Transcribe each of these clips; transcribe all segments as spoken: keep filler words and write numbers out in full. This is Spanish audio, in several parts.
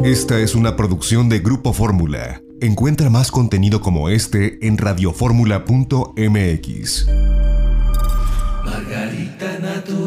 Esta es una producción de Grupo Fórmula. Encuentra más contenido como este en radioformula punto m x. Margarita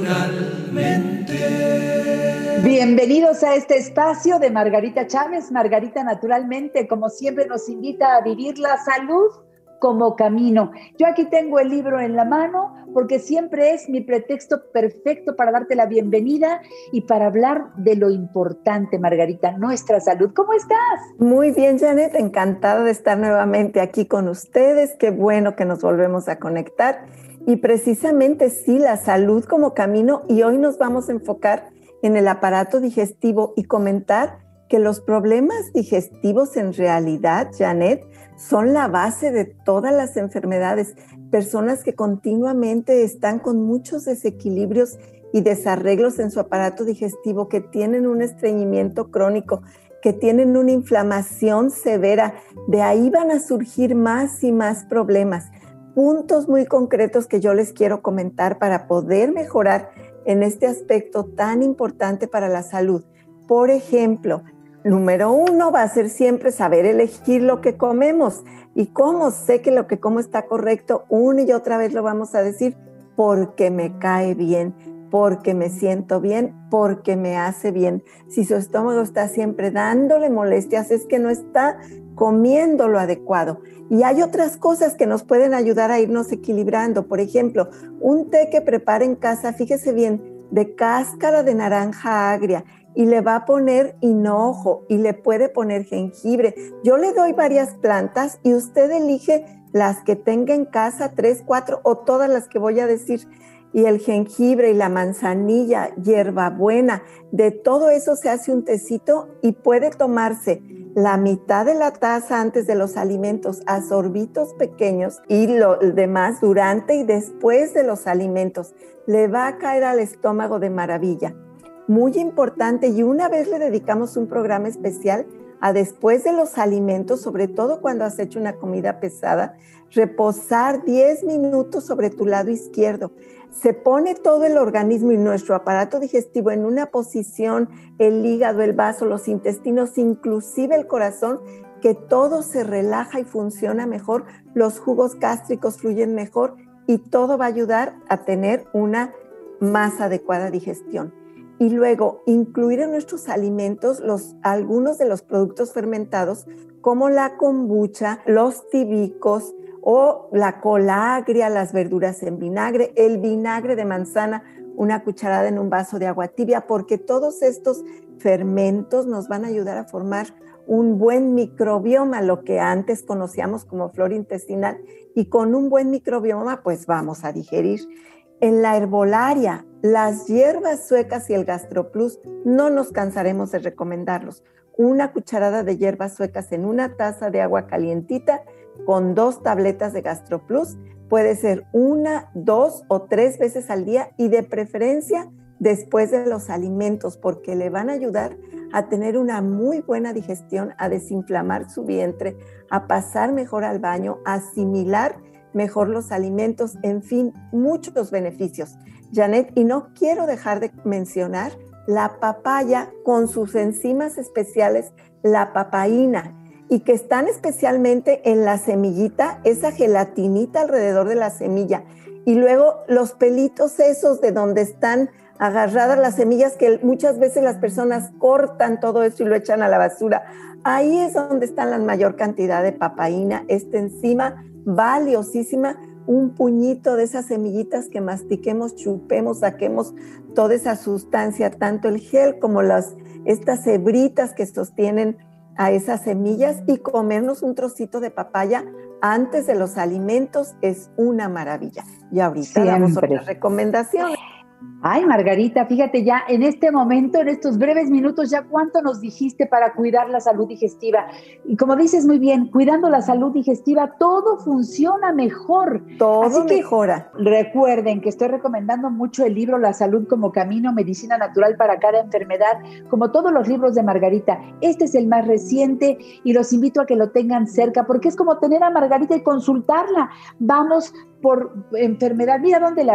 naturalmente. Bienvenidos a este espacio de Margarita Chávez. Margarita naturalmente, como siempre, nos invita a vivir la salud como camino. Yo aquí tengo el libro en la mano porque siempre es mi pretexto perfecto para darte la bienvenida y para hablar de lo importante, Margarita, nuestra salud. ¿Cómo estás? Muy bien, Janet, encantada de estar nuevamente aquí con ustedes. Qué bueno que nos volvemos a conectar. Y precisamente sí, la salud como camino, y hoy nos vamos a enfocar en el aparato digestivo y comentar que los problemas digestivos en realidad, Janet, son la base de todas las enfermedades. Personas que continuamente están con muchos desequilibrios y desarreglos en su aparato digestivo, que tienen un estreñimiento crónico, que tienen una inflamación severa, de ahí van a surgir más y más problemas. Puntos muy concretos que yo les quiero comentar para poder mejorar en este aspecto tan importante para la salud. Por ejemplo, número uno va a ser siempre saber elegir lo que comemos. ¿Y cómo sé que lo que como está correcto? Una y otra vez lo vamos a decir, porque me cae bien, porque me siento bien, porque me hace bien. Si su estómago está siempre dándole molestias, es que no está comiendo lo adecuado. Y hay otras cosas que nos pueden ayudar a irnos equilibrando. Por ejemplo, un té que prepare en casa, fíjese bien, de cáscara de naranja agria, y le va a poner hinojo y le puede poner jengibre. Yo le doy varias plantas y usted elige las que tenga en casa, tres, cuatro o todas las que voy a decir. Y el jengibre y la manzanilla, hierbabuena, de todo eso se hace un tecito y puede tomarse la mitad de la taza antes de los alimentos a sorbitos pequeños y lo demás durante y después de los alimentos. Le va a caer al estómago de maravilla. Muy importante, y una vez le dedicamos un programa especial a después de los alimentos, sobre todo cuando has hecho una comida pesada, reposar diez minutos sobre tu lado izquierdo. Se pone todo el organismo y nuestro aparato digestivo en una posición, el hígado, el vaso, los intestinos, inclusive el corazón, que todo se relaja y funciona mejor, los jugos gástricos fluyen mejor y todo va a ayudar a tener una más adecuada digestión. Y luego, incluir en nuestros alimentos los, algunos de los productos fermentados, como la kombucha, los tibicos o la cola agria, las verduras en vinagre, el vinagre de manzana, una cucharada en un vaso de agua tibia, porque todos estos fermentos nos van a ayudar a formar un buen microbioma, lo que antes conocíamos como flora intestinal, y con un buen microbioma, pues vamos a digerir. En la herbolaria, las hierbas suecas y el GastroPlus, no nos cansaremos de recomendarlos. Una cucharada de hierbas suecas en una taza de agua calientita con dos tabletas de GastroPlus. Puede ser una, dos o tres veces al día y de preferencia después de los alimentos, porque le van a ayudar a tener una muy buena digestión, a desinflamar su vientre, a pasar mejor al baño, a asimilar mejor los alimentos, en fin, muchos beneficios. Janet, y no quiero dejar de mencionar la papaya con sus enzimas especiales, la papaína, y que están especialmente en la semillita, esa gelatinita alrededor de la semilla, y luego los pelitos esos de donde están agarradas las semillas, que muchas veces las personas cortan todo eso y lo echan a la basura. Ahí es donde está la mayor cantidad de papaína, esta enzima valiosísima, un puñito de esas semillitas que mastiquemos, chupemos, saquemos toda esa sustancia, tanto el gel como las, estas hebritas que sostienen a esas semillas, y comernos un trocito de papaya antes de los alimentos es una maravilla. Y ahorita Siempre damos otras recomendaciones. Ay, Margarita, fíjate ya en este momento, en estos breves minutos, ya cuánto nos dijiste para cuidar la salud digestiva. Y como dices muy bien, cuidando la salud digestiva, todo funciona mejor. Todo Así que mejora. Recuerden que estoy recomendando mucho el libro La Salud como Camino, Medicina Natural para cada enfermedad, como todos los libros de Margarita. Este es el más reciente y los invito a que lo tengan cerca, porque es como tener a Margarita y consultarla. Vamos por enfermedad. Mira dónde la abrí.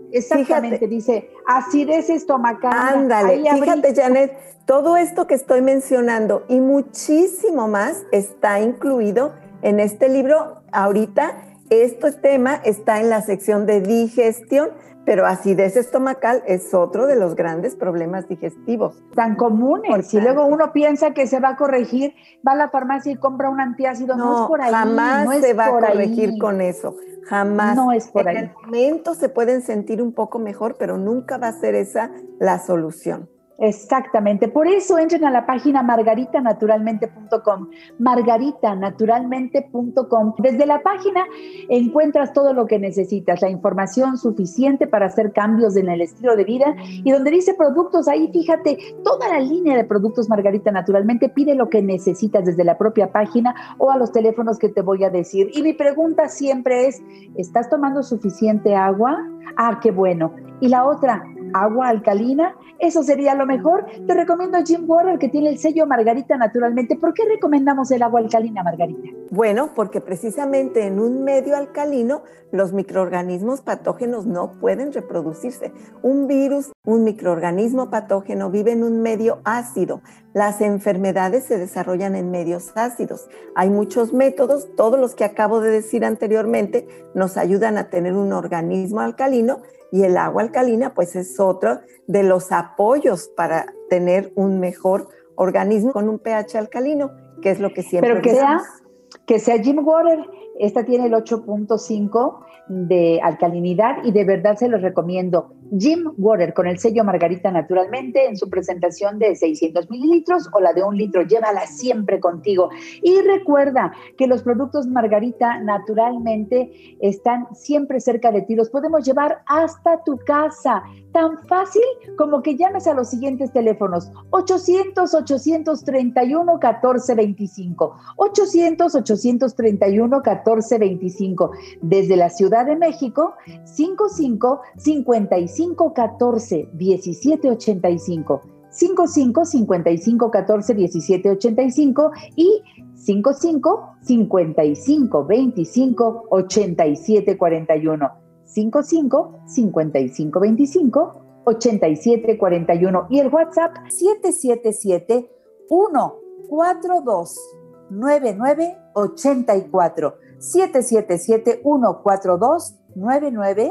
Exactamente, fíjate, dice acidez estomacal. Ándale, fíjate, Janet, todo esto que estoy mencionando y muchísimo más está incluido en este libro. Ahorita este tema está en la sección de digestión, pero acidez estomacal es otro de los grandes problemas digestivos. Tan comunes. Si luego uno piensa que se va a corregir, va a la farmacia y compra un antiácido, no, no es por ahí. Jamás no es se va a corregir ahí. con eso, jamás. No es por en ahí. En el momento se pueden sentir un poco mejor, pero nunca va a ser esa la solución. Exactamente, por eso entren a la página margarita naturalmente punto com, margarita naturalmente punto com. Desde la página encuentras todo lo que necesitas, la información suficiente para hacer cambios en el estilo de vida, y donde dice productos, ahí fíjate, toda la línea de productos Margarita Naturalmente. Pide lo que necesitas desde la propia página o a los teléfonos que te voy a decir. Y mi pregunta siempre es, ¿estás tomando suficiente agua? Ah, qué bueno. Y la otra, ¿agua alcalina? Eso sería lo mejor. Te recomiendo Jim Water, que tiene el sello Margarita Naturalmente. ¿Por qué recomendamos el agua alcalina, Margarita? Bueno, porque precisamente en un medio alcalino los microorganismos patógenos no pueden reproducirse. Un virus, un microorganismo patógeno vive en un medio ácido. Las enfermedades se desarrollan en medios ácidos. Hay muchos métodos, todos los que acabo de decir anteriormente nos ayudan a tener un organismo alcalino, y el agua alcalina pues es otro de los apoyos para tener un mejor organismo con un pH alcalino, que es lo que siempre Pero que sea, que sea Jim Water. Esta tiene el ocho punto cinco de alcalinidad y de verdad se los recomiendo. Jim Water con el sello Margarita Naturalmente en su presentación de seiscientos mililitros o la de un litro. Llévala siempre contigo. Y recuerda que los productos Margarita Naturalmente están siempre cerca de ti. Los podemos llevar hasta tu casa. Tan fácil como que llames a los siguientes teléfonos: ochocientos, ochocientos treinta y uno, catorce veinticinco, ochocientos, ochocientos treinta y uno, catorce veinticinco. Desde la Ciudad de México, cincuenta y cinco, cincuenta y cinco, catorce, diecisiete ochenta y cinco, cincuenta y cinco, cincuenta y cinco, catorce, diecisiete ochenta y cinco y cincuenta y cinco, cincuenta y cinco, veinticinco, ochenta y siete cuarenta y uno. cincuenta y cinco, cincuenta y cinco, veinticinco, ochenta y siete cuarenta y uno. Y el WhatsApp siete siete siete, uno cuatro dos, nueve nueve ocho cuatro. siete siete siete, uno cuatro dos, nueve nueve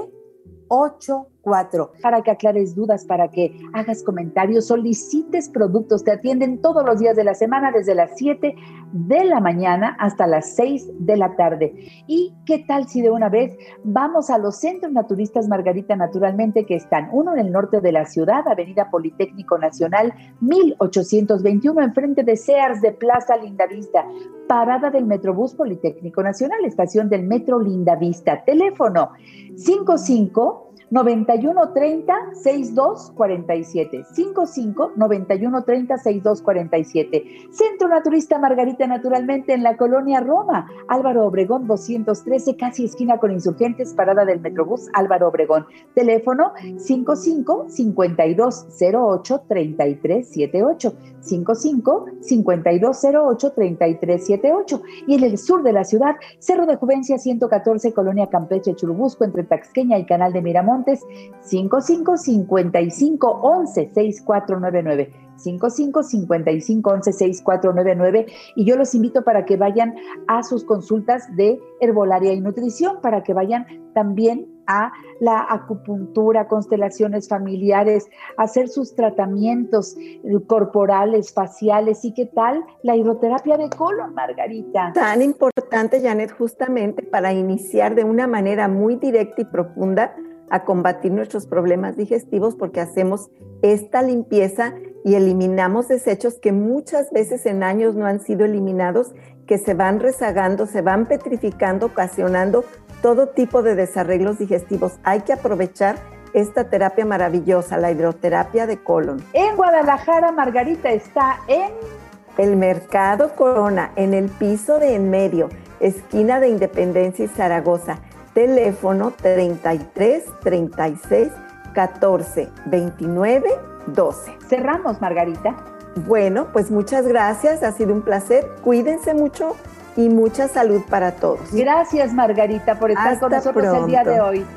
ocho cuatro. Para que aclares dudas, para que hagas comentarios, solicites productos. Te atienden todos los días de la semana desde las siete de la mañana hasta las seis de la tarde. ¿Y qué tal si de una vez vamos a los centros naturistas Margarita Naturalmente, que están uno en el norte de la ciudad, Avenida Politécnico Nacional mil ochocientos veintiuno, enfrente de Sears de Plaza Lindavista, parada del Metrobús Politécnico Nacional, estación del Metro Lindavista. Teléfono cincuenta y cinco, noventa y uno treinta, sesenta y dos cuarenta y siete, cincuenta y cinco, noventa y uno treinta, sesenta y dos cuarenta y siete. Centro Naturista Margarita Naturalmente en la colonia Roma, Álvaro Obregón doscientos trece, casi esquina con Insurgentes, parada del Metrobús Álvaro Obregón. Teléfono cincuenta y cinco, cincuenta y dos cero ocho, treinta y tres setenta y ocho, cincuenta y cinco, cincuenta y dos cero ocho, treinta y tres setenta y ocho. Y en el sur de la ciudad, Cerro de Juvencia ciento catorce, colonia Campeche, Churubusco, entre Taxqueña y Canal de Miramontes, cincuenta y cinco, cincuenta y cinco, once, sesenta y cuatro noventa y nueve, cincuenta y cinco, cincuenta y cinco, once, sesenta y cuatro noventa y nueve. Y yo los invito para que vayan a sus consultas de herbolaria y nutrición, para que vayan también a la acupuntura, constelaciones familiares, hacer sus tratamientos corporales, faciales. ¿Y qué tal la hidroterapia de colon, Margarita? Tan importante, Janet, justamente para iniciar de una manera muy directa y profunda a combatir nuestros problemas digestivos, porque hacemos esta limpieza y eliminamos desechos que muchas veces en años no han sido eliminados, que se van rezagando, se van petrificando, ocasionando todo tipo de desarreglos digestivos. Hay que aprovechar esta terapia maravillosa, la hidroterapia de colon. En Guadalajara, Margarita, está en el Mercado Corona, en el piso de en medio, esquina de Independencia y Zaragoza. Teléfono treinta y tres, treinta y seis, catorce, veintinueve, doce. Cerramos, Margarita. Bueno, pues muchas gracias, ha sido un placer. Cuídense mucho y mucha salud para todos. Gracias, Margarita, por estar Hasta con nosotros pronto. El día de hoy.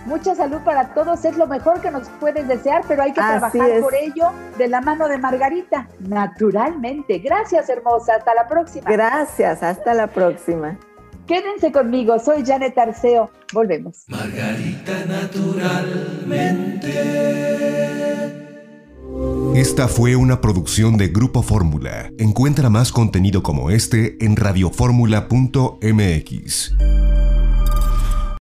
Mucha salud para todos, es lo mejor que nos puedes desear, pero hay que Así trabajar es. por ello de la mano de Margarita, naturalmente. Gracias, hermosa. Hasta la próxima. Gracias, hasta la próxima. Quédense conmigo, soy Janet Arceo. Volvemos. Margarita naturalmente. Esta fue una producción de Grupo Fórmula. Encuentra más contenido como este en radioformula punto m x.